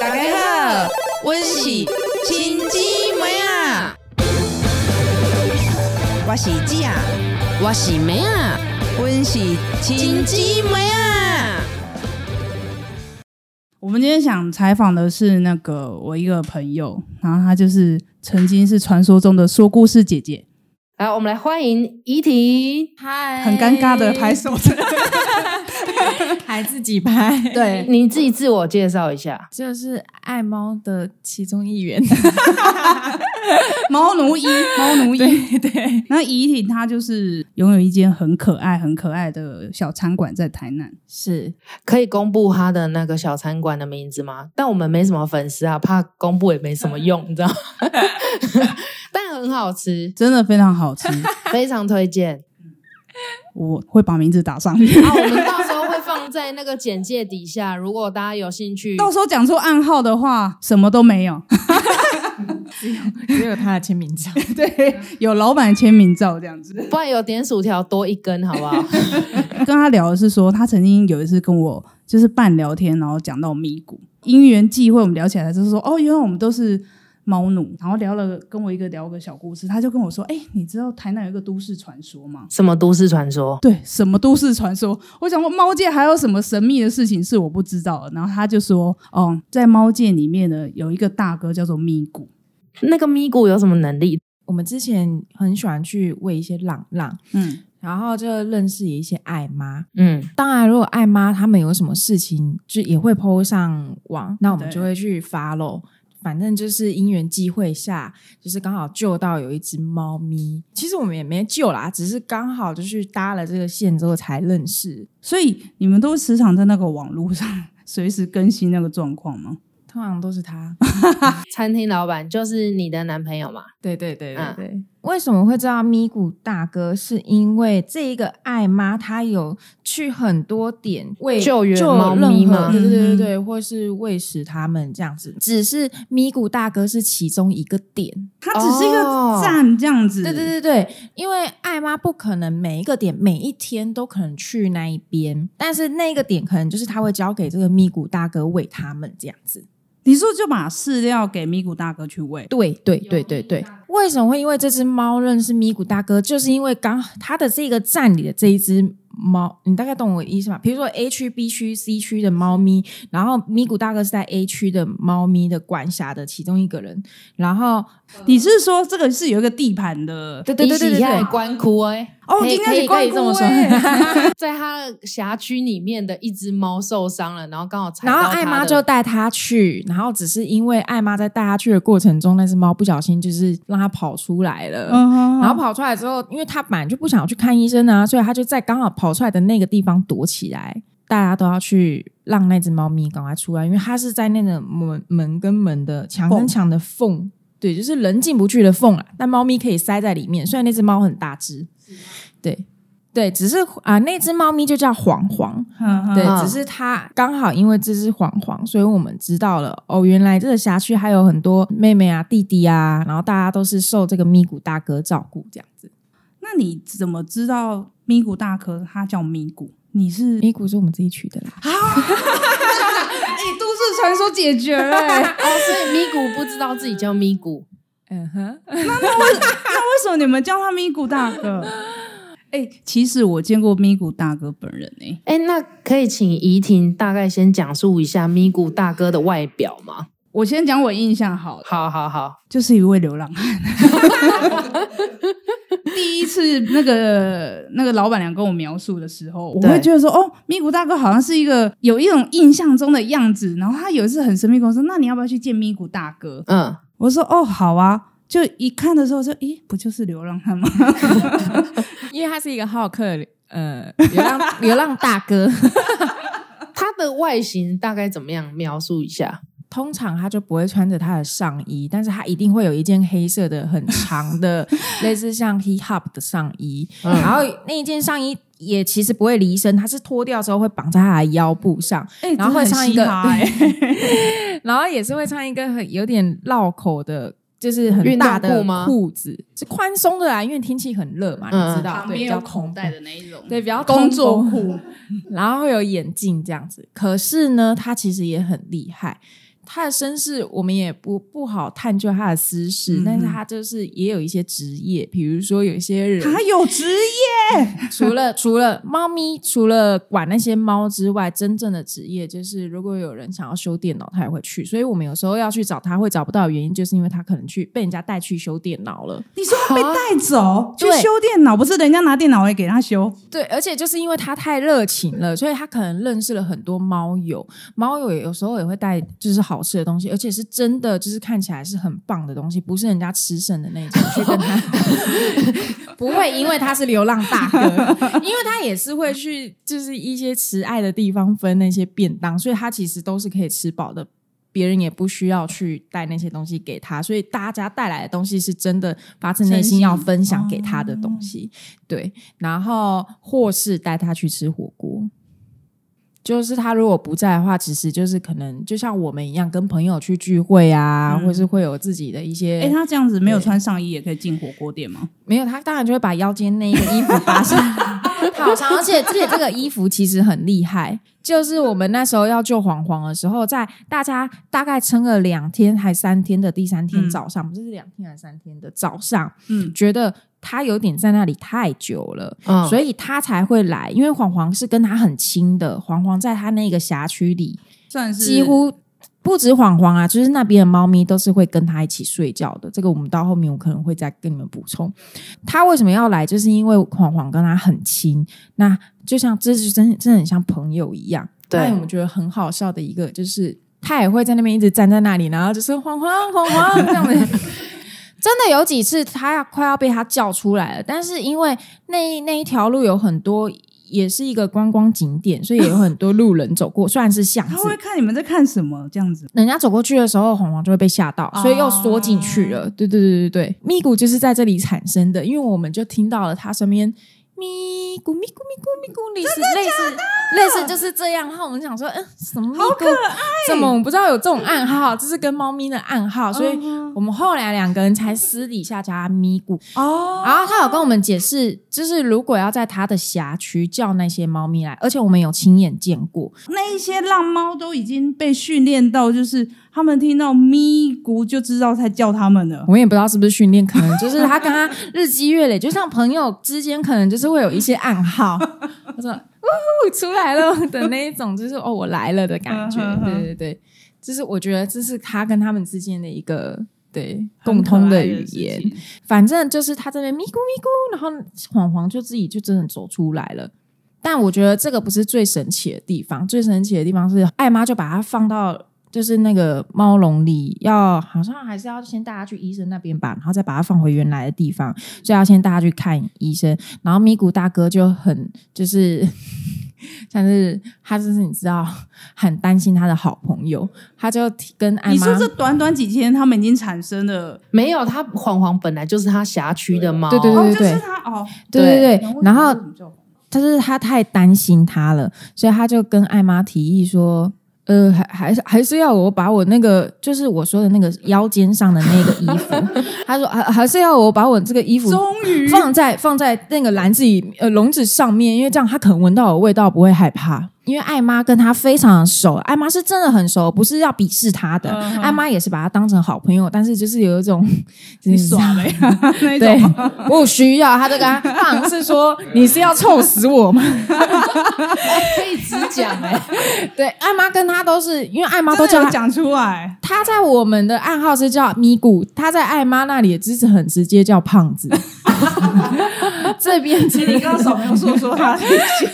大家好，阮是亲姊妹啊，我是姊啊， 我是妹啊， 阮是亲姊妹啊。 我们今天想采访的是我一个朋友，然后她就是曾经是传说中的说故事姐姐。 来，我们来欢迎怡婷。 嗨， 很尴尬的拍手还自己拍。 对，你自己自我介绍一下。 就是爱猫的其中一员。 猫奴一。 对对。 那怡婷她就是拥有一间很可爱的小餐馆在台南。 是， 可以公布他的那个小餐馆的名字吗？但我们没什么粉丝啊，怕公布也没什么用，你知道吗？但很好吃， 真的非常好吃。 非常推荐。 我会把名字打上去。 我们到时候会放在那个简介底下，如果大家有兴趣， 到时候讲出暗号的话，什么都没有。 只有他的签名照。 对，有老板签名照这样子。 不然有点薯条多一根，好不好？ 跟他聊的是说，他曾经有一次跟我就是半聊天，然后讲到咪咕，因缘际会，我们聊起来就是说，原来我们都是猫奴，然后跟我聊个小故事，他就跟我说，你知道台南有一个都市传说吗？ 什么都市传说？ 对，什么都市传说？我想说猫界还有什么神秘的事情是我不知道的，然后他就说，在猫界里面呢，有一个大哥叫做咪咕。 那个咪咕有什么能力？ 我们之前很喜欢去喂一些浪浪，然后就认识一些爱妈，当然如果爱妈他们有什么事情就也会 po 上网，那我们就会去 follow。反正就是因缘际会下，就是刚好救到有一只猫咪。其实我们也没救啦，只是刚好就去搭了这个线之后才认识。 所以你们都时常在那个网络上随时更新那个状况吗？ 通常都是他。 餐厅老板就是你的男朋友嘛？ 对。为什么会知道咪咕大哥？是因为这一个爱妈她有去很多点喂救援猫咪吗？ 对，或是喂食他们这样子。只是咪咕大哥是其中一个点， 它只是一个站这样子。 对，因为爱妈不可能每一个点每一天都可能去那一边，但是那个点可能就是他会交给这个咪咕大哥喂他们这样子。 你说就把饲料给咪咕大哥去喂？ 对。为什么会因为这只猫认识咪咕大哥？就是因为刚他的这个站里的这一只猫，你大概懂我的意思吗？比如说 A 区、B 区、C 区的猫咪，然后咪咕大哥是在 A 区的猫咪的管辖的其中一个人，然后你是说这个是有一个地盘的？ 对， 关哭应该是关可以这么说。 在他辖区里面的一只猫受伤了，然后刚好踩到他的， 然后爱妈就带他去，然后只是因为爱妈在带他去的过程中，那只猫不小心就是让他跑出来了，然后跑出来之后，因为他本来就不想要去看医生啊，所以他就在刚好跑出来的那个地方躲起来。大家都要去让那只猫咪赶快出来，因为它是在那个门跟门的墙跟墙的缝，对，就是人进不去的缝啦，但猫咪可以塞在里面。虽然那只猫很大只，对，只是那只猫咪就叫黄黄，对，只是它刚好因为这只黄黄，所以我们知道了原来这个辖区还有很多妹妹啊、弟弟啊，然后大家都是受这个咪咕大哥照顾这样子。 那你怎么知道咪咕大哥他叫咪咕？你是咪咕是我们自己取的啦。 都市传说解决了所以咪咕不知道自己叫咪咕。 那为什么你们叫他咪咕大哥？其实我见过咪咕大哥本人那可以请怡婷大概先讲述一下咪咕大哥的外表吗？ 我先讲我印象好了。 好， 就是一位流浪汉。第一次那个老板娘跟我描述的时候，我会觉得说咪咕大哥好像是有一种印象中的样子，然后他有一次很神秘跟我说，那你要不要去见咪咕大哥？我说好啊，就一看的时候就不就是流浪汉吗？ 因为他是一个好客流浪大哥。 他的外形大概怎么样？描述一下。 通常他就不会穿着他的上衣，但是他一定会有一件黑色的很长的类似像 hip hop 的上衣，然后那一件上衣也其实不会离身，他是脱掉之后会绑在他的腰部上，然后会唱一个然后也是会唱一个有点绕口的，就是很大的裤子，是宽松的啦，因为天气很热嘛，你知道， 旁边有口袋的那一种， 对，比较工作裤， 然后会有眼镜这样子。可是呢，他其实也很厉害。 他的身世我们也不好探究他的私事，但是他就是也有一些职业，比如说有些人他有职业， 除了猫咪，除了管那些猫之外，真正的职业就是如果有人想要修电脑他也会去，所以我们有时候要去找他会找不到的原因就是因为他可能被人家带去修电脑了。 你说他被带走去修电脑，不是人家拿电脑来给他修？ 对，而且就是因为他太热情了，所以他可能认识了很多猫友有时候也会带就是好吃的东西，而且是真的就是看起来是很棒的东西，不是人家吃剩的那种去跟他不会因为他是流浪大哥因为他也是会去就是一些慈爱的地方分那些便当，所以他其实都是可以吃饱的，别人也不需要去带那些东西给他，所以大家带来的东西是真的发自内心要分享给他的东西。对，然后或是带他去吃火锅，就是他如果不在的话，其实就是可能就像我们一样跟朋友去聚会啊，或是会有自己的一些他这样子没有穿上衣也可以进火锅店吗？ 没有，他当然就会把腰间那一个衣服扒下来套上，而且这个衣服其实很厉害，就是我们那时候要救黄黄的时候，在大家大概撑了2天还3天的第3天早上，不是2天还3天的早上，觉得他有点在那里太久了，所以他才会来，因为黄黄是跟他很亲的，黄黄在他那个辖区里算是几乎不止黄黄啊，就是那边的猫咪都是会跟他一起睡觉的，这个我们到后面我可能会再跟你们补充。他为什么要来，就是因为黄黄跟他很亲，那就像这就真的很像朋友一样。对，我们觉得很好笑的一个就是他也会在那边一直站在那里，然后就是黄黄黄黄这样的真的有几次他快要被他叫出来了，但是因为那一条路有很多也是一个观光景点，所以也有很多路人走过，虽然是巷子， 他会看你们在看什么这样子， 人家走过去的时候黄黄就会被吓到，所以又缩进去了。对，咪咕就是在这里产生的，因为我们就听到了他身边咪咕咪咕咪咕咪咕，类似就是这样，然后我们想说什么咪咕，好可爱，怎么我们不知道有这种暗号，这是跟猫咪的暗号，所以我们后来2个人才私底下叫他咪咕然后他有跟我们解释，就是如果要在他的辖区叫那些猫咪来，而且我们有亲眼见过， 那一些浪猫都已经被训练到就是他们听到咪咕就知道才叫他们了。 我也不知道是不是训练，可能就是他跟他日积月累，就像朋友之间可能就是会有一些暗号他说出来了的那一种，就是我来了的感觉对，就是我觉得这是他跟他们之间的一个对共通的语言，反正就是他这边咪咕咪咕，然后黄黄就自己就真的走出来了。但我觉得这个不是最神奇的地方，最神奇的地方是艾妈就把它放到就是那个猫笼里，好像还是要先带它去医生那边吧，然后再把它放回原来的地方，所以要先带它去看医生。然后咪咕大哥就很就是像是他就是你知道很担心他的好朋友，他就跟艾妈， 你说这短短几天他们已经产生了没有？他黄黄本来就是他辖区的猫， 对， 就是他对，然后他太担心他了，所以他就跟艾妈提议说还是要我把我那个就是我说的那个腰间上的那个衣服他说还是要我把我这个衣服终于放在那个篮子里笼子上面，因为这样他可能闻到的味道不会害怕。因为艾妈跟他非常的熟，艾妈是真的很熟，不是要鄙视他的艾妈也是把他当成好朋友，但是就是有一种你耍了呀对，不需要，他就跟他好像是说你是要臭死我吗可以直讲对，艾妈跟他都是因为艾妈都叫他讲出来， 他在我们的暗号是叫咪咕，他在艾妈那里的支持很直接叫胖子这边其实你刚刚少描述说他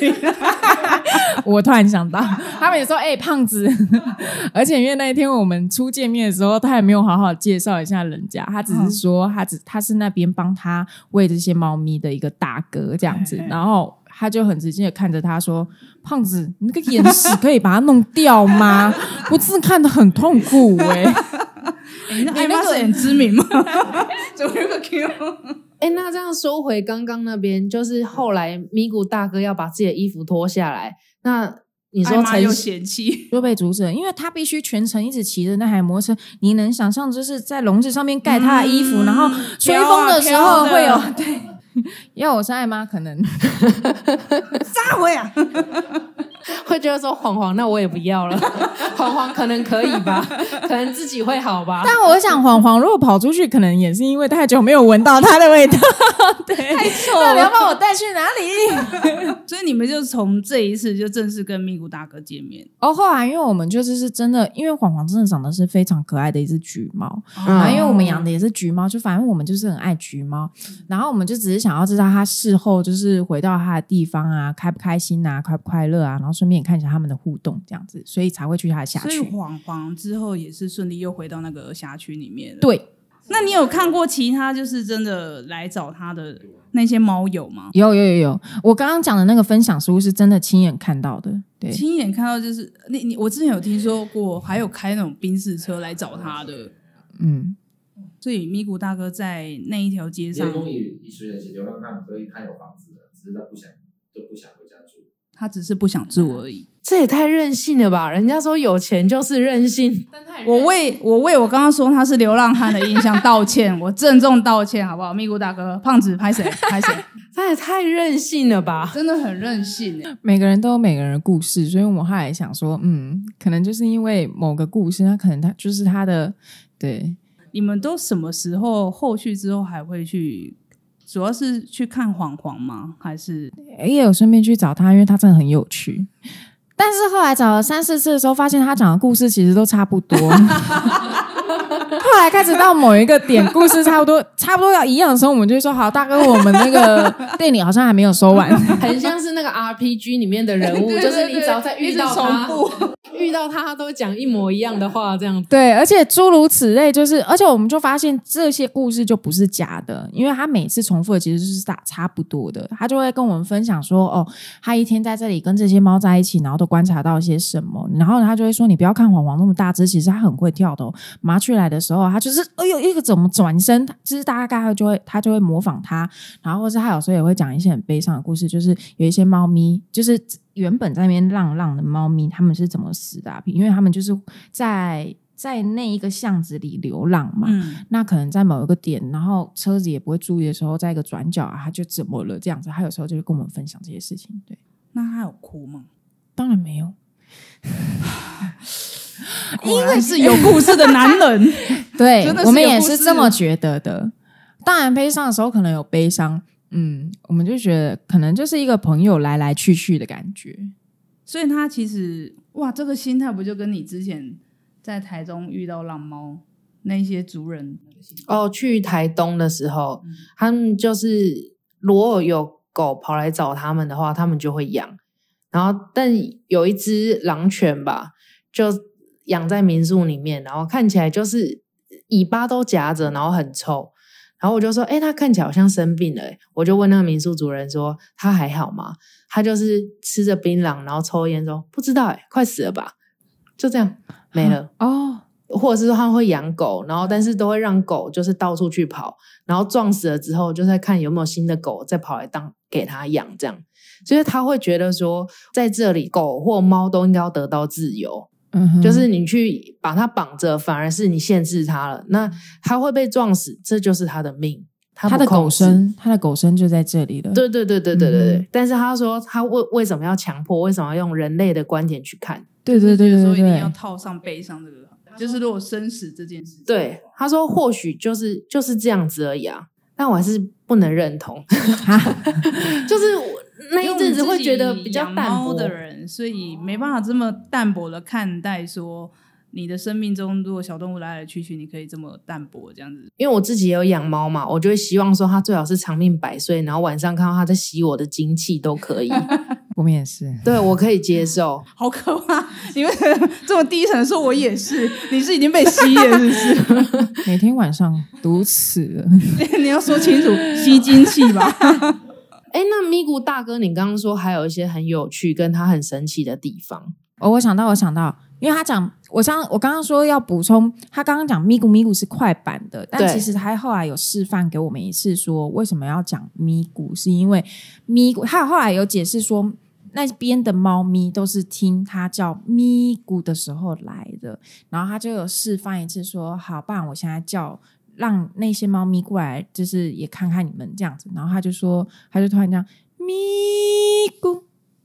我突然想到他们也说胖子而且因为那一天我们初见面的时候他也没有好好介绍一下人家，他只是说他是那边帮他喂这些猫咪的一个大哥这样子，然后他就很直接的看着他说，胖子你那个眼屎可以把它弄掉吗我真的看得很痛苦你那艾妈是很知名吗怎么有个 Q 那这样说回刚刚那边，就是后来咪咕大哥要把自己的衣服脱下来，那你说艾妈又嫌弃就被阻止了，因为他必须全程一直骑着那台摩托车，你能想象就是在笼子上面盖他的衣服然后吹风的时候会有对要我是艾妈可能撒回啊会觉得说黄黄那我也不要了，黄黄可能可以吧，可能自己会好吧。 但我想黄黄如果跑出去可能也是因为太久没有闻到它的味道对，太臭了，那你要把我带去哪里所以你们就从这一次就正式跟咪咕大哥见面后来因为我们就是真的因为黄黄真的长得是非常可爱的一只橘猫然后因为我们养的也是橘猫就反正我们就是很爱橘猫然后我们就只是想要知道它事后就是回到它的地方啊开不开心啊快不快乐啊然后顺便也看一下他们的互动这样子所以才会去它的辖区所以黄黄之后也是顺利又回到那个辖区里面了对那你有看过其他就是真的来找他的那些猫友吗？ 有我刚刚讲的那个分享书是真的亲眼看到的对， 亲眼看到就是我之前有听说过还有开那种宾士车来找他的所以咪咕大哥在那一条街上以随人流浪汉可以他有房子的只是他不想回家住他只是不想住而已这也太任性了吧人家说有钱就是任性我为我刚刚说他是流浪汉的印象道歉我郑重道歉好不好咪咕大哥胖子拍谁他也太任性了吧真的很任性每个人都有每个人的故事所以我后来想说可能就是因为某个故事他可能他就是他的对你们都什么时候后续之后还会去主要是去看黄黄吗还是也有顺便去找他因为他真的很有趣但是后来找了3-4次的时候发现他讲的故事其实都差不多后来开始到某一个点故事差不多要一样的时候我们就会说好大哥我们那个店里好像还没有收完很像是那个 RPG 里面的人物就是你只要再遇到他都讲一模一样的话这样对而且诸如此类就是而且我们就发现这些故事就不是假的因为他每次重复的其实就是差不多的他就会跟我们分享说他一天在这里跟这些猫在一起然后都观察到一些什么然后他就会说你不要看黄黄那么大只其实他很会跳的麻雀来的时候他就是一个怎么转身就是大概他就会模仿他然后或是他有时候也会讲一些很悲伤的故事就是有一些猫咪就是原本在那边浪浪的猫咪他们是怎么死的因为他们就是在那一个巷子里流浪嘛那可能在某一个点然后车子也不会注意的时候在一个转角他就怎么了这样子他有时候就会跟我们分享这些事情对那他有哭吗当然没有果然是有故事的男人对我们也是这么觉得的当然悲伤的时候可能有悲伤我们就觉得可能就是一个朋友来来去去的感觉所以他其实哇这个心态不就跟你之前在台中遇到浪猫那些族人去台东的时候他们就是如果有狗跑来找他们的话他们就会养然后但有一只狼犬吧就养在民宿里面然后看起来就是尾巴都夹着然后很臭然后我就说他看起来好像生病了我就问那个民宿主人说他还好吗他就是吃着槟榔然后抽烟说不知道快死了吧就这样没了或者是说他会养狗然后但是都会让狗就是到处去跑然后撞死了之后就在看有没有新的狗再跑来给他养这样所以他会觉得说在这里狗或猫都应该要得到自由就是你去把它绑着反而是你限制它了那它会被撞死这就是它的命他的狗生就在这里了对但是他说他为什么要强迫为什么要用人类的观点去看对说一定要套上悲伤这个就是如果生死这件事对他说或许就是这样子而已啊但我还是不能认同就是那一阵子会觉得比较淡薄的人所以没办法这么淡薄的看待说你的生命中如果小动物来来去去你可以这么淡薄这样子因为我自己也有养猫嘛我就会希望说它最好是长命百岁然后晚上看到它在吸我的精气都可以我们也是对我可以接受好可怕你们这么低沉说我也是你是已经被吸了是不是每天晚上毒死了你要说清楚吸精气吧那咪咕大哥你刚刚说还有一些很有趣跟他很神奇的地方我想到因为他讲我刚刚说要补充他刚刚讲咪咕是快板的但其实他后来有示范给我们一次说为什么要讲咪咕是因为咪咕他后来有解释说那边的猫咪都是听他叫咪咕的时候来的然后他就有示范一次说好不然我现在叫让那些猫咪过来就是也看看你们这样子然后他就突然这样咪咕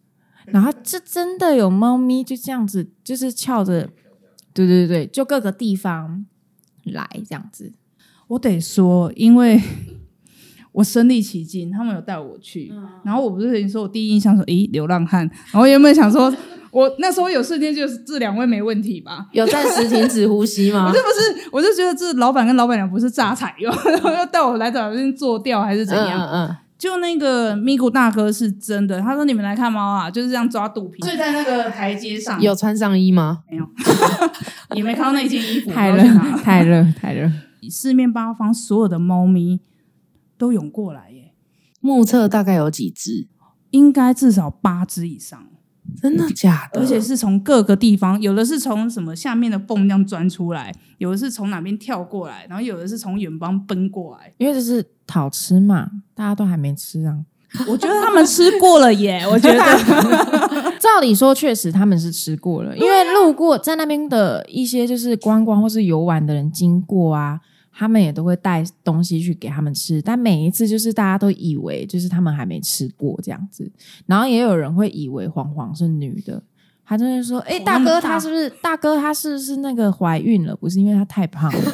然后这真的有猫咪就这样子，就是翘着，对对对，就各个地方来这样子。 我得说，因为我身临其境，他们有带我去，然后我不是跟你说，我第一印象说，诶，流浪汉，然后原本想说，我那时候有瞬间就是这2位没问题吧？ 有暂时停止呼吸吗？ 不是，我就觉得这老板跟老板娘不是诈财哟，然后要带我来这边做钓还是怎样？就那个咪咕大哥是真的，他说你们来看猫啊，就是这样抓肚皮，睡在那个台阶上。 有穿上衣吗？ 没有，也没看到那件衣服。 太热，太热，太热！ 四面八方所有的猫咪都涌过来耶。 目测大概有几只？ 应该至少8只以上。 真的假的？ 而且是从各个地方，有的是从什么下面的缝这样钻出来，有的是从哪边跳过来，然后有的是从远方奔过来。 因为这是讨吃嘛，大家都还没吃啊。 我觉得他们吃过了耶，我觉得照理说确实他们是吃过了，因为路过在那边的一些就是观光或是游玩的人经过啊，他们也都会带东西去给他们吃，但每一次就是大家都以为就是他们还没吃过这样子，然后也有人会以为黄黄是女的，他就会说大哥他是不是那个怀孕了，不是因为他太胖了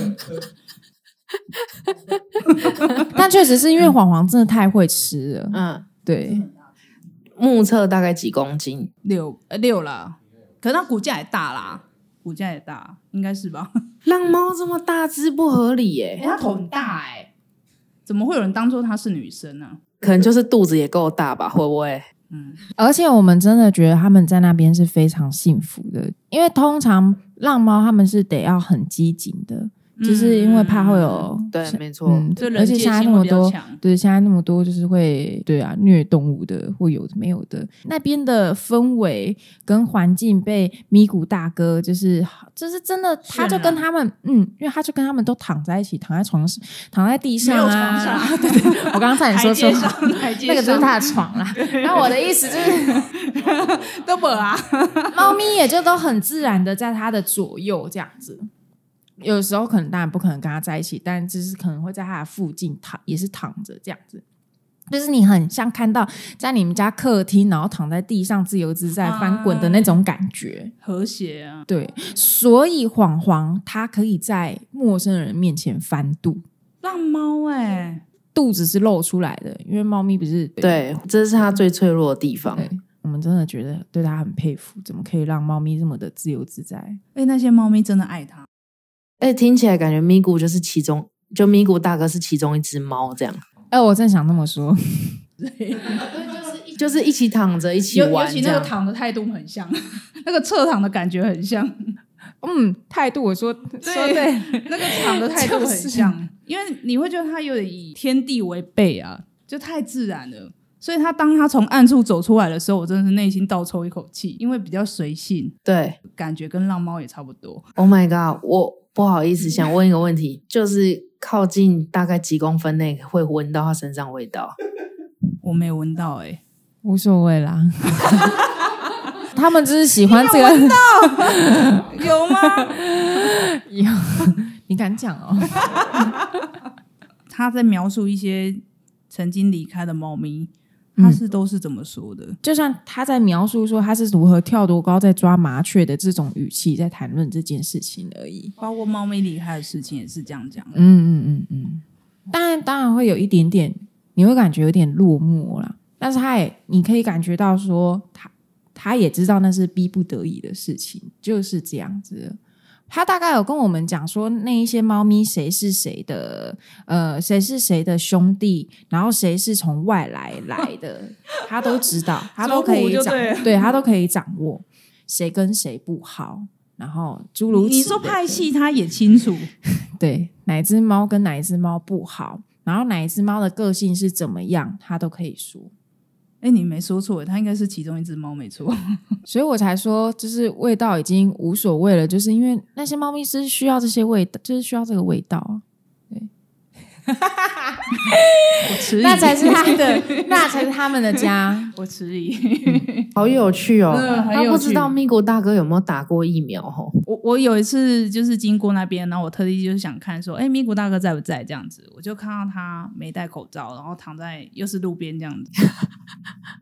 但确实是因为黄黄真的太会吃了。对， 目测大概几公斤 ？6啦，可是它骨架也大啦，骨架也大，应该是吧？ 浪猫这么大只不合理耶， 它头很大怎么会有人当作它是女生呢？ 可能就是肚子也够大吧，会不会？ 而且我们真的觉得他们在那边是非常幸福的，因为通常浪猫他们是得要很机警的，就是因为怕会有对，没错， 而且现在那么多，对，现在那么多就是会对啊虐动物的，或有的没有的。那边的氛围跟环境被咪咕大哥就是真的，他就跟他们因为他就跟他们都躺在一起，躺在床上，躺在地上啊，对对，我刚刚差点说错，那个就是他的床啦。然后我的意思就是都不啊， 猫咪也就都很自然的在他的左右这样子。有时候可能当然不可能跟他在一起，但就是可能会在他的附近也是躺着这样子，就是你很像看到在你们家客厅，然后躺在地上自由自在翻滚的那种感觉， 和谐啊。 对，所以黄黄它可以在陌生人面前翻肚， 浪猫肚子是露出来的，因为猫咪不是对，这是它最脆弱的地方。 我们真的觉得对它很佩服，怎么可以让猫咪这么的自由自在？ 那些猫咪真的爱它。 听起来感觉咪咕就是就咪咕大哥是其中一只猫这样。 我正想那么说， 就是一起躺着一起玩， 尤其那个躺的态度很像，那个侧躺的感觉很像。 态度我说对， 那个躺的态度很像，因为你会觉得他有点以天地为备啊，就太自然了。所以当他从暗处走出来的时候，我真的是内心倒抽一口气，因为比较随性， 对， 感觉跟浪猫也差不多。 Oh my god， 我不好意思，想问一个问题，就是靠近大概几公分内会闻到他身上味道？ 我没有闻到无所谓啦。他们只是喜欢这个。 闻到有吗？ 有，你敢讲哦？ 他在描述一些曾经离开的猫咪，他都是怎么说的？ 就像他在描述说他是如何跳多高在抓麻雀的这种语气在谈论这件事情而已， 包括猫咪离开的事情也是这样讲。 当然会有一点点，你会感觉有点落寞啦，但是你可以感觉到说他也知道那是逼不得已的事情，就是这样子的。他大概有跟我们讲说，那一些猫咪谁是谁的，谁是谁的兄弟，然后谁是从外来的，他都知道，他都可以对，他都可以掌握谁跟谁不好，然后诸如此类的。 你说派系他也清楚， 对，哪一只猫跟哪一只猫不好，然后哪一只猫的个性是怎么样，他都可以说。 你没说错，它应该是其中一只猫没错。 所以我才说就是味道已经无所谓了，就是因为那些猫咪是需要这些味道，就是需要这个味道。对， 我迟疑， 那才是他们的家。 我迟疑。 好有趣哦！ 很有趣。 不知道咪咕大哥有没有打过疫苗我有一次就是经过那边，然后我特地就是想看说咪咕大哥在不在这样子，我就看到他没戴口罩，然后躺在又是路边这样子。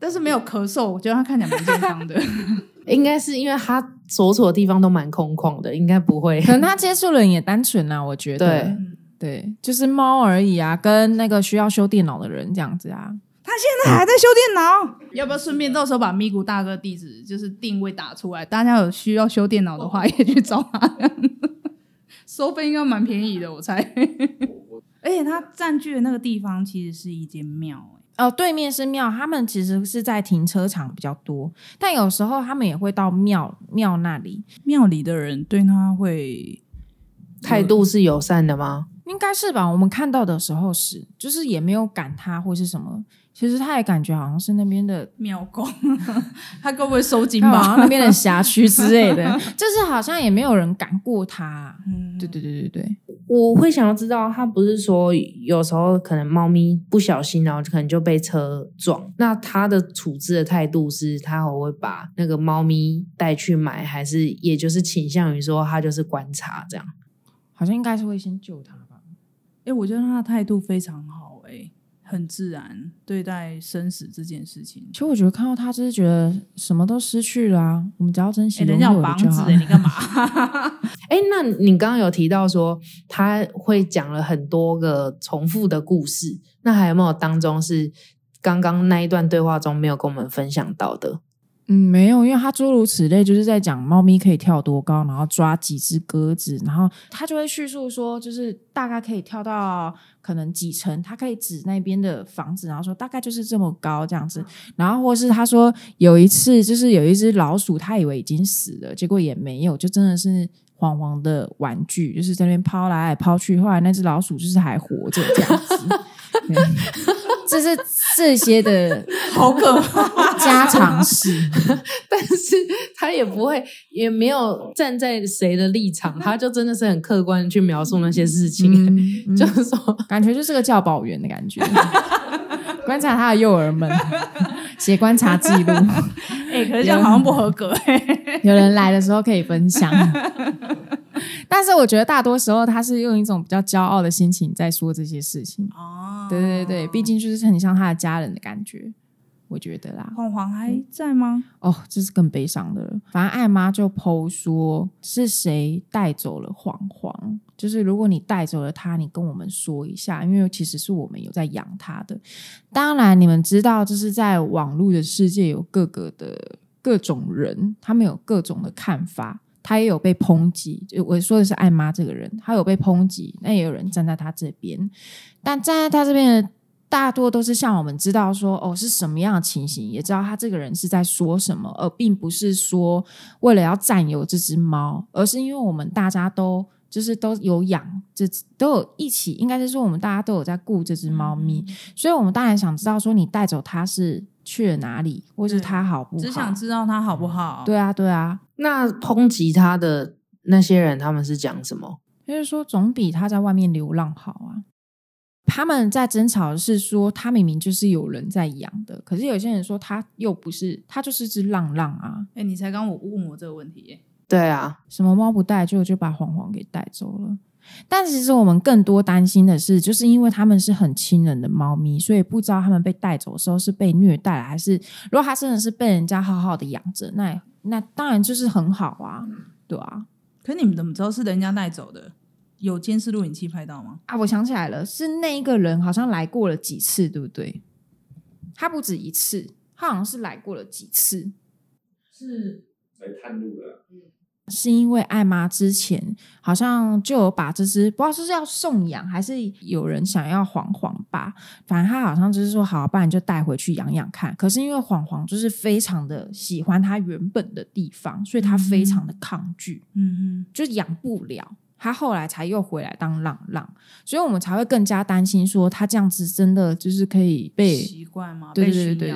但是没有咳嗽，我觉得他看起来蛮健康的。 应该是因为他所处的地方都蛮空旷的，应该不会。 可能他接触人也单纯啊，我觉得。对，就是猫而已啊，跟那个需要修电脑的人这样子啊。 他现在还在修电脑，要不要顺便到时候把咪咕大哥地址就是定位打出来，大家有需要修电脑的话也去找他。收费应该蛮便宜的，我猜。而且他占据的那个地方其实是一间庙。 对面是庙，他们其实是在停车场比较多，但有时候他们也会到庙那里。 庙里的人对他会态度是友善的吗？ 应该是吧，我们看到的时候是，就是也没有赶他或是什么。其实他也感觉好像是那边的庙公，他会不会收金吧？ 好像那边的辖区之类的，就是好像也没有人赶过他。对， 我会想要知道，他不是说有时候可能猫咪不小心，然后可能就被车撞，那他的处置的态度是，他会把那个猫咪带去买，还是也就是倾向于说他就是观察这样？ 好像应该是会先救他吧。 我觉得他的态度非常好。很自然对待生死这件事情。 其实我觉得看到他就是觉得什么都失去了啊，我们只要珍惜人家有房子你干嘛？ 那你刚刚有提到说他会讲了很多个重复的故事，那还有没有当中是刚刚那一段对话中没有跟我们分享到的？ 没有，因为他诸如此类，就是在讲猫咪可以跳多高，然后抓几只鸽子，然后他就会叙述说，就是大概可以跳到可能几层，他可以指那边的房子，然后说大概就是这么高这样子，然后或是他说有一次就是有一只老鼠，他以为已经死了，结果也没有，就真的是黄黄的玩具，就是在那边抛来抛去，后来那只老鼠就是还活着这样子。这是这些的好可怕家常事。 但是他也不会，也没有站在谁的立场，他就真的是很客观去描述那些事情。就是说感觉就是个教保员的感觉。观察他的幼儿们，写观察记录。 可是这样好像不合格。 有人来的时候可以分享。但是我觉得大多时候他是用一种比较骄傲的心情在说这些事情。对，毕竟就是很像他的家人的感觉，我觉得啦。 黄黄还在吗？ 这是更悲伤的了。反正艾妈就 po 说是谁带走了黄黄，就是如果你带走了他，你跟我们说一下，因为其实是我们有在养他的。当然你们知道，就是在网络的世界有各种人，他们有各种的看法，他也有被抨击，我说的是艾妈这个人，他有被抨击，那也有人站在他这边，但站在他这边的大多都是像我们知道说是什么样的情形，也知道他这个人是在说什么，而并不是说为了要占有这只猫，而是因为我们大家都有养，都有一起，应该是说我们大家都有在顾这只猫咪，所以我们当然想知道说你带走它是去了哪里，或是它好不好， 只想知道它好不好。 对啊。 那抨击他的那些人他们是讲什么？ 就是说总比他在外面流浪好啊。他们在争吵的是说他明明就是有人在养的，可是有些人说他又不是，他就是只浪浪啊。 你才刚问我这个问题耶。 对啊， 什么猫不带就把黄黄给带走了。但其实我们更多担心的是，就是因为他们是很亲人的猫咪，所以不知道他们被带走的时候是被虐待了，还是如果他真的是被人家好好的养着，那当然就是很好啊，对啊。 可你们怎么知道是人家带走的？有监视录影器拍到吗？ 我想起来了，是那一个人好像来过了几次，对不对？他不止一次，他好像是来过了几次， 是来探路的。 是因为艾妈之前好像就有把这只不知道是要送养还是有人想要黄黄吧，反正他好像就是说好，不然就带回去养养看。可是因为黄黄就是非常的喜欢他原本的地方，所以他非常的抗拒，就养不了。他后来才又回来当浪浪，所以我们才会更加担心说他这样子真的就是可以被习惯吗？ 对，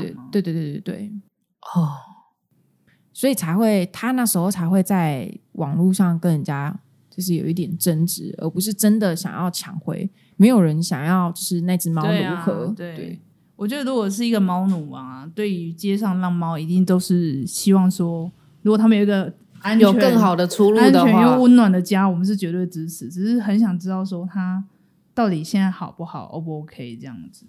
所以才会他那时候才会在网络上跟人家就是有一点争执，而不是真的想要抢回，没有人想要就是那只猫如何。 对，我觉得如果是一个猫奴啊，对于街上浪猫一定都是希望说，如果他们有一个有更好的出路的话， 安全又温暖的家，我们是绝对支持，只是很想知道说他到底现在好不好 O 不 OK 这样子。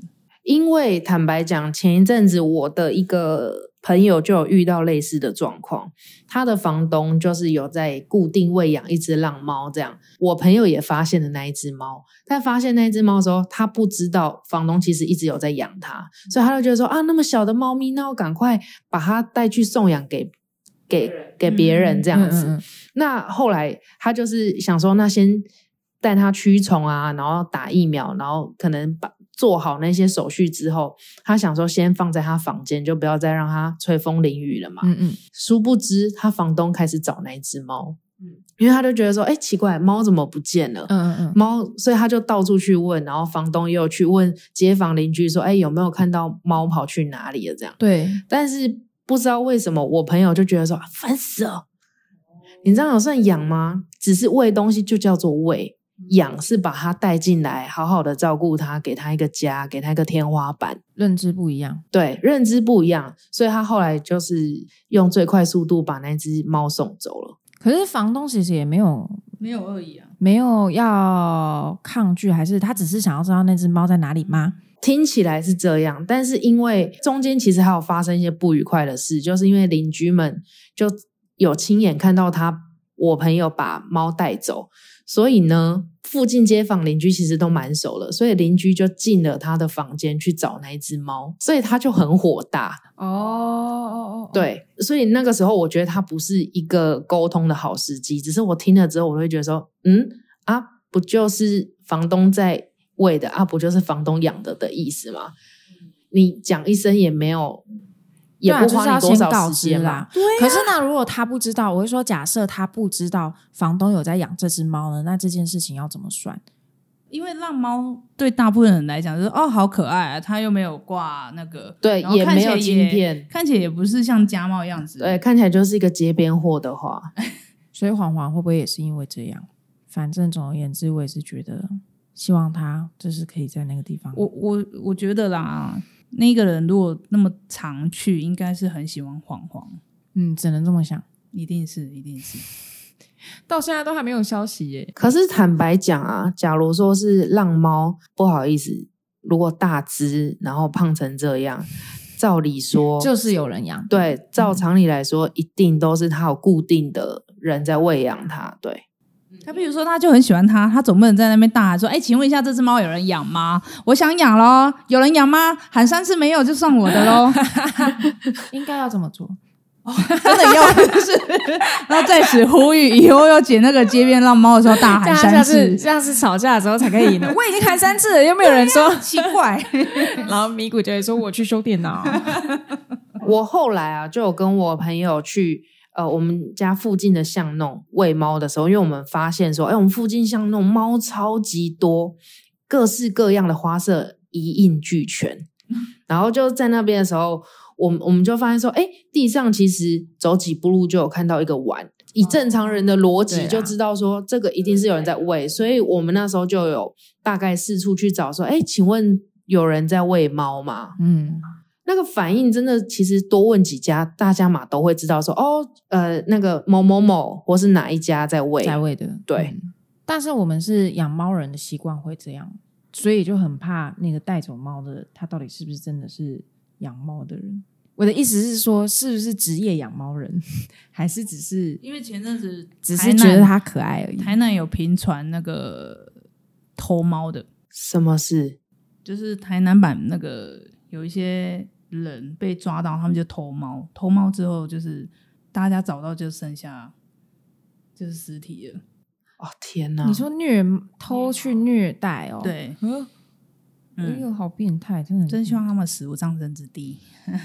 因为坦白讲，前一阵子我的一个朋友就有遇到类似的状况，他的房东就是有在固定喂养一只浪猫这样，我朋友也发现了那一只猫，但发现那一只猫的时候，他不知道房东其实一直有在养它，所以他就觉得说啊，那么小的猫咪，那我赶快把它带去送养给别人这样子。那后来他就是想说，那先带它驱虫啊，然后打疫苗，然后可能做好那些手续之后，他想说先放在他房间，就不要再让他吹风淋雨了嘛。殊不知他房东开始找那一只猫，因为他就觉得说，奇怪，猫怎么不见了？猫，所以他就到处去问，然后房东也有去问街坊邻居说，有没有看到猫跑去哪里了？这样。对，但是不知道为什么，我朋友就觉得说，烦死了，你这样有算养吗？只是喂东西就叫做喂。养是把它带进来，好好的照顾它，给它一个家，给它一个天花板。 认知不一样，对， 认知不一样，所以他后来就是用最快速度把那只猫送走了。 可是房东其实也没有恶意啊， 没有要抗拒，还是他只是想要知道那只猫在哪里吗？ 听起来是这样，但是因为中间其实还有发生一些不愉快的事，就是因为邻居们就有亲眼看到我朋友把猫带走，所以呢，附近街坊邻居其实都蛮熟了，所以邻居就进了他的房间去找那一只猫，所以他就很火大。对，所以那个时候我觉得他不是一个沟通的好时机，只是我听了之后我会觉得说，不就是房东在喂的不就是房东养的意思吗？你讲一声也没有，也不花你多少时间啦。 可是呢，如果他不知道，我会说，假设他不知道房东有在养这只猫呢，那这件事情要怎么算？ 因为浪猫对大部分人来讲就是好可爱啊，它又没有挂那个， 对，也没有晶片， 看起来也不是像家猫样子， 对，看起来就是一个街边货的话。 所以黄黄会不会也是因为这样？反正总而言之，我也是觉得希望他就是可以在那个地方。 我觉得啦，那个人如果那么常去，应该是很喜欢黄黄。 只能这么想， 一定是。 到现在都还没有消息耶。 可是坦白讲啊，假如说是浪猫，不好意思，如果大只然后胖成这样，照理说就是有人养。 对，照常理来说，一定都是他有固定的人在喂养它。对， 他比如说他就很喜欢它，他总不能在那边大喊说，请问一下这只猫有人养吗？我想养咯，有人养吗？喊3次没有就算我的咯。 应该要这么做。 真的要就是然后在此呼吁，以后要捡那个街边浪猫的时候大喊3次， 这样是吵架的时候才可以赢的。我已经喊3次了，又没有人说奇怪。 然后米谷就会说我去修电脑。 我后来就有跟我朋友去我们家附近的巷弄喂猫的时候，因为我们发现说我们附近巷弄猫超级多，各式各样的花色一应俱全。然后就在那边的时候，我们就发现说地上其实走几步路就有看到一个碗，以正常人的逻辑就知道说这个一定是有人在喂，所以我们那时候就有大概四处去找说请问有人在喂猫吗？那个反应真的其实多问几家，大家嘛都会知道说那个某某某或是哪一家在喂的。 对， 但是我们是养猫人的习惯会这样，所以就很怕那个带走猫的他到底是不是真的是养猫的人。我的意思是说，是不是职业养猫人，还是只是因为前阵子只是觉得它可爱而已。 台南有频传那个偷猫的。 什么事？ 就是台南版那个有一些人被抓到，他们就偷猫，偷猫之后就是大家找到就剩下就是尸体了。 天哪！ 你说偷去虐待哦？ 对。 好变态， 真希望他们死无葬身之地。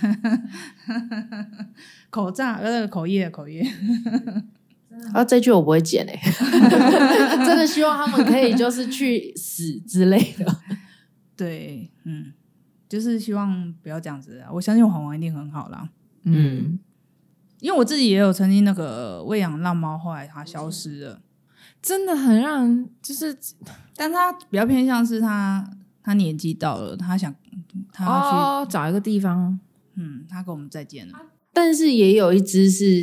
口业这句我不会剪真的希望他们可以就是去死之类的。 对，就是希望不要这样子。我相信黄黄一定很好啦。因为我自己也有曾经那个喂养浪猫，后来它消失了， 真的很让人但它比较偏向是他年纪到了，他要去找一个地方， 他跟我们再见了。 但是也有一只是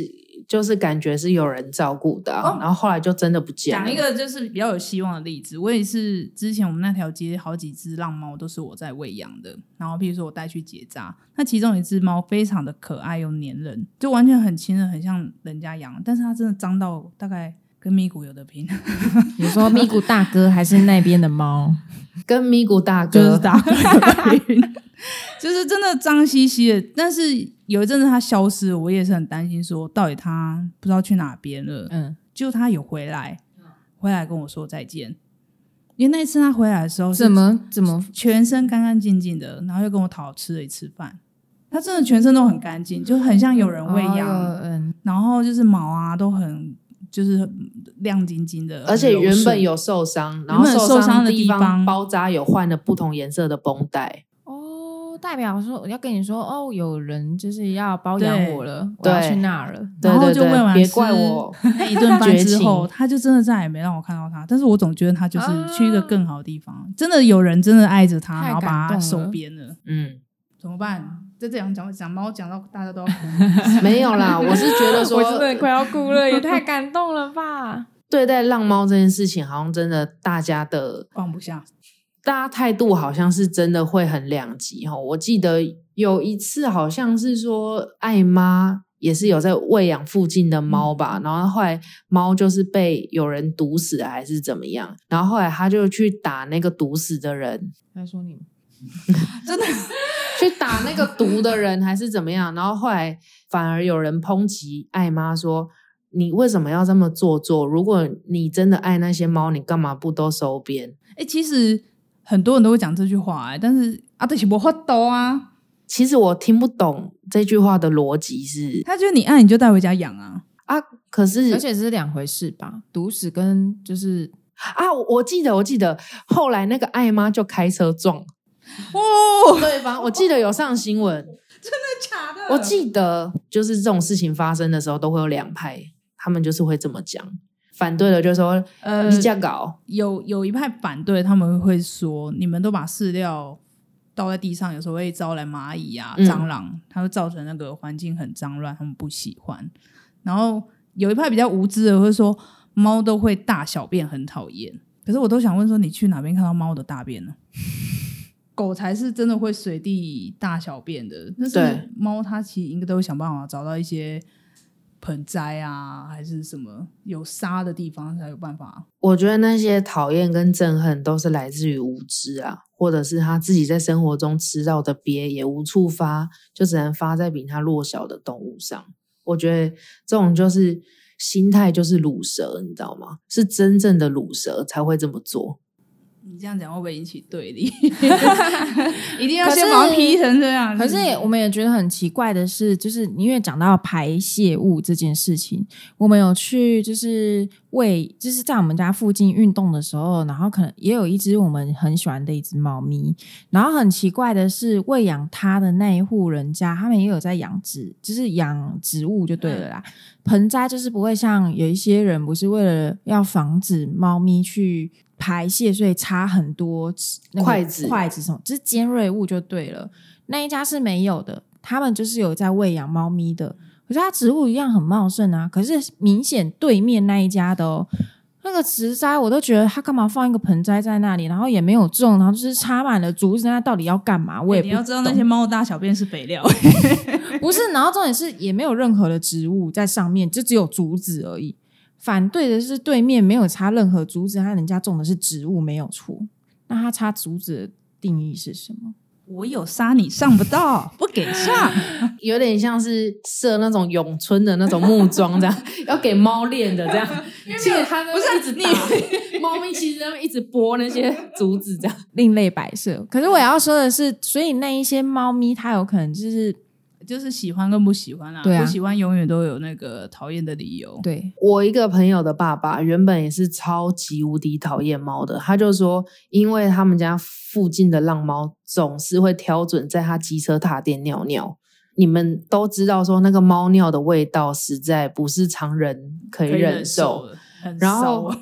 就是感觉是有人照顾的然后后来就真的不见了。 讲一个就是比较有希望的例子，我也是之前我们那条街好几只浪猫都是我在喂养的，然后譬如说我带去结扎，那其中一只猫非常的可爱又黏人，就完全很亲人，很像人家养，但是它真的脏到大概跟咪咕有得拼。 你说咪咕大哥还是那边的猫？ 跟咪咕大哥就是大哥有得拼。就是真的脏兮兮的，但是有一阵子它消失了，我也是很担心说到底它不知道去哪边了。就它有回来跟我说再见，因为那一次它回来的时候怎么全身干干净净的，然后又跟我讨吃了一次饭。它真的全身都很干净，就很像有人喂养，然后就是毛啊都很就是亮晶晶的， 而且原本有受伤，然后受伤的地方包扎有换了不同颜色的绷带。 代表说我要跟你说有人就是要包养我了，我要去那儿了。 然后就喂完别怪我那一顿饭之后他就真的再也没让我看到他，但是我总觉得他就是去一个更好的地方，真的有人真的爱着他，然后把他收编了。怎么办？在这样讲猫讲到大家都要哭。 没有啦，我是觉得说我真的快要哭了，也太感动了吧。 对待浪猫这件事情好像真的大家的放不下， 大家态度好像是真的会很两极。我记得有一次好像是说爱妈也是有在喂养附近的猫吧，然后后来猫就是被有人毒死了还是怎么样，然后后来他就去打那个毒死的人。 他说你真的去打那个毒的人还是怎么样，然后后来反而有人抨击爱妈说你为什么要这么做作，如果你真的爱那些猫你干嘛不都收编。 其实很多人都会讲这句话但是就是没办法啊。 其实我听不懂这句话的逻辑是他觉得你爱你就带回家养可是而且是两回事吧，毒死跟就是我记得后来那个爱妈就开车撞对方，我记得有上新闻。 真的假的？ 我记得就是这种事情发生的时候都会有两派，他们就是会这么讲，反对的就说你这样搞， 有一派反对，他们会说你们都把饲料倒在地上，有时候会招来蚂蚁啊蟑螂，它会造成那个环境很脏乱，他们不喜欢。然后有一派比较无知的会说猫都会大小便很讨厌，可是我都想问说你去哪边看到猫的大便呢？狗才是真的会随地大小便的，但是猫它其实应该都会想办法找到一些盆栽啊还是什么有沙的地方才有办法。 我觉得那些讨厌跟憎恨都是来自于无知或者是他自己在生活中吃到的鳖也无处发，就只能发在比他弱小的动物上。我觉得这种就是心态就是鲁蛇，你知道吗？是真正的鲁蛇才会这么做。 你这样讲会不会引起对立？一定要先把它劈成这样。 可是我们也觉得很奇怪的是，就是因为讲到排泄物这件事情，我们有去就是在我们家附近运动的时候，然后可能也有一只我们很喜欢的一只猫咪，然后很奇怪的是喂养它的那一户人家他们也有在养就是养植物就对了啦。盆栽就是不会像有一些人不是为了要防止猫咪去排泄所以插很多筷子什么，就是尖锐物就对了。那一家是没有的，他们就是有在喂养猫咪的，可是它植物一样很茂盛可是明显对面那一家的那个植栽我都觉得他干嘛放一个盆栽在那里，然后也没有种，然后就是插满了竹子，那到底要干嘛我也不懂。 你要知道那些猫的大小便是肥料不是，然后重点是也没有任何的植物在上面，就只有竹子而已。反对的是对面没有插任何竹子，他人家种的是植物没有错，那他插竹子的定义是什么？ 我有沙你上不到，不给上。 有点像是设那种咏春的那种木桩这样要给猫练的这样。其实他不是一直打猫咪，其实他们一直拨那些竹子这样另类摆设。可是我要说的是，所以那一些猫咪它有可能就是喜欢跟不喜欢对啊， 不喜欢永远都有那个讨厌的理由。 对， 我一个朋友的爸爸原本也是超级无敌讨厌猫的，他就说因为他们家附近的浪猫总是会挑准在他机车踏垫尿尿。你们都知道说那个猫尿的味道实在不是常人可以忍受， 很然后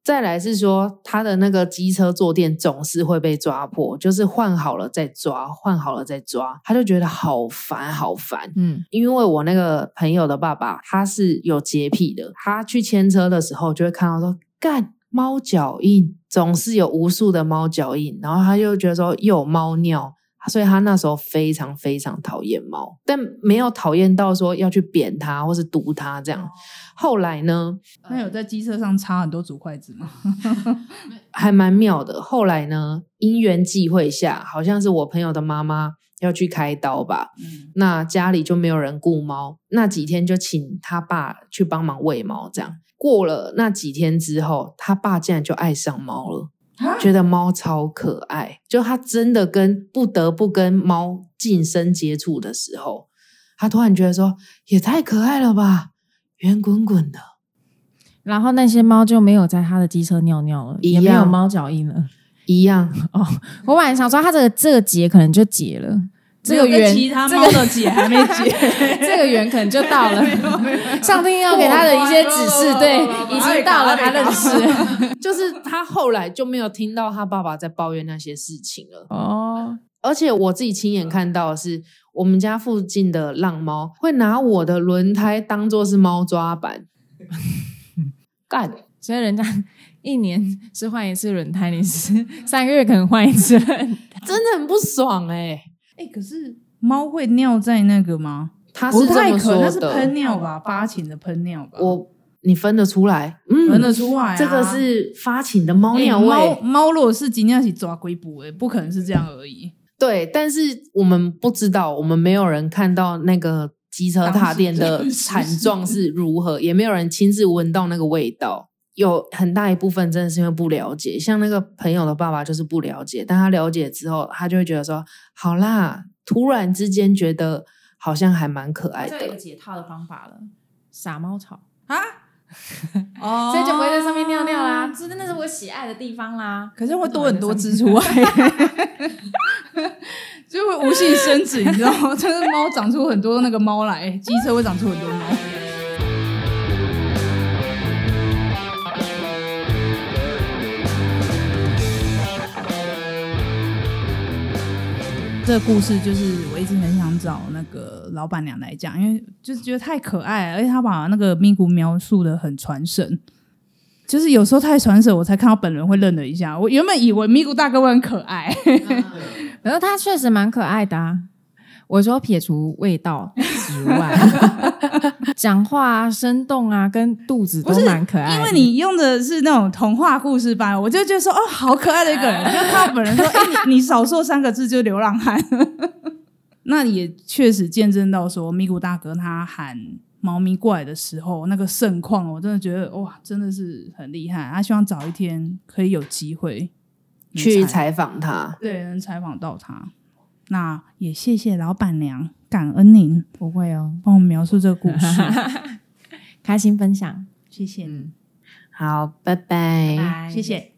再来是说他的那个机车坐垫总是会被抓破，就是换好了再抓，换好了再抓，他就觉得好烦好烦。因为我那个朋友的爸爸他是有洁癖的，他去牵车的时候就会看到说干猫脚印，总是有无数的猫脚印，然后他就觉得说又有猫尿，所以他那时候非常非常讨厌猫，但没有讨厌到说要去扁它或是毒它这样。后来呢， 那有在机车上插很多竹筷子吗？ 还蛮妙的。后来呢，因缘际会下，好像是我朋友的妈妈要去开刀吧，那家里就没有人顾猫，那几天就请他爸去帮忙喂猫这样。过了那几天之后，他爸竟然就爱上猫了，觉得猫超可爱，就他真的不得不跟猫近身接触的时候，他突然觉得说也太可爱了吧，圆滚滚的， 然后那些猫就没有在他的机车尿尿了，也没有猫脚印了， 一样哦。我本来想说他这个结可能就结了，这个缘其他猫的结还没结， 这个缘可能就到了。上帝要给他的一些指示，对，已经到了他认识。 就是他后来就没有听到他爸爸在抱怨那些事情了。 哦， 而且我自己亲眼看到的是，我们家附近的浪猫会拿我的轮胎当作是猫抓板，干。 所以人家1年是换一次轮胎，你是3个月可能换一次轮胎， 真的很不爽可是猫会尿在那个吗？ 他是这么说的， 那是喷尿吧，发情的喷尿吧。 你分得出来？ 分得出来啊， 这个是发情的猫尿味。 猫如果是尽量是抓龟补，不可能是这样而已。 对，但是我们不知道，我们没有人看到那个机车踏垫的惨状是如何，也没有人亲自闻到那个味道。有很大一部分真的是因为不了解，像那个朋友的爸爸就是不了解，但他了解之后，他就会觉得说好啦，突然之间觉得好像还蛮可爱的。 这有解套的方法了，撒猫草啊。哦， 所以就不会在上面尿尿啦，这真的是我喜爱的地方啦。 可是会多很多只出来，就会无性生殖，你知道吗？就是猫长出很多那个猫来，机车会长出很多猫。这个故事就是我一直很想找那个老板娘来讲，因为就是觉得太可爱了，而且他把那个咪咕描述的很传神，就是有时候太传神，我才看到本人会愣了一下。我原本以为咪咕大哥会很可爱， 然后他确实蛮可爱的啊。我说撇除味道以外，讲话啊、生动啊，跟肚子都蛮可爱的。 因为你用的是那种童话故事版，我就觉得说哦，好可爱的一个人。就看到本人说，你少说3个字就流浪汉。那也确实见证到说，咪咕大哥他喊猫咪过来的时候，那个盛况，我真的觉得哇，真的是很厉害。他希望早一天可以有机会去采访他， 对，能采访到他。那也谢谢老板娘，感恩您， 不会哦， 帮我描述这个故事， 开心分享， 谢谢。 好，拜拜， 谢谢。